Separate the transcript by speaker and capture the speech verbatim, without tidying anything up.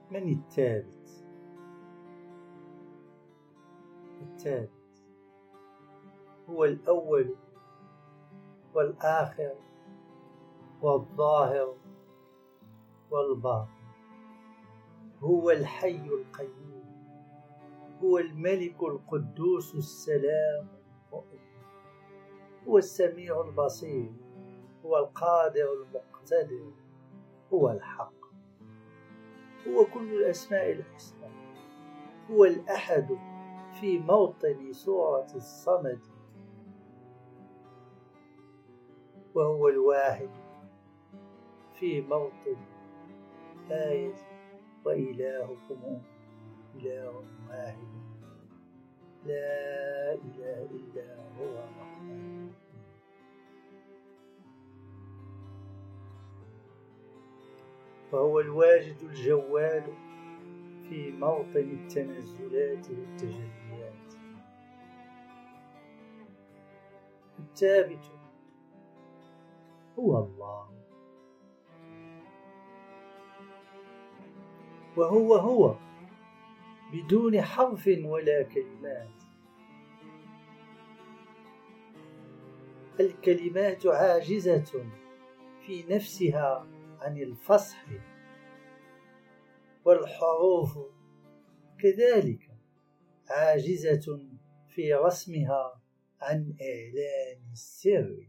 Speaker 1: من الثابت؟ الثابت هو الأول والآخر والظاهر والباطن، هو الحي القيوم، هو الملك القدوس السلام المؤمن، هو السميع البصير، هو القادر المقتدر، هو الحق، هو كل الأسماء الحسنى، هو الأحد في موطن سورة الصمد، وهو الواحد في موطن آية وإلهكم إله واحد لا إله إلا هو الرحمن. وهو الواجد الجواد في موطن التنزلات والتجليات. الثابت هو الله، وهو هو بدون حرف ولا كلمات. الكلمات عاجزة في نفسها عن الفصح، والحروف كذلك عاجزة في رسمها عن إعلان السر.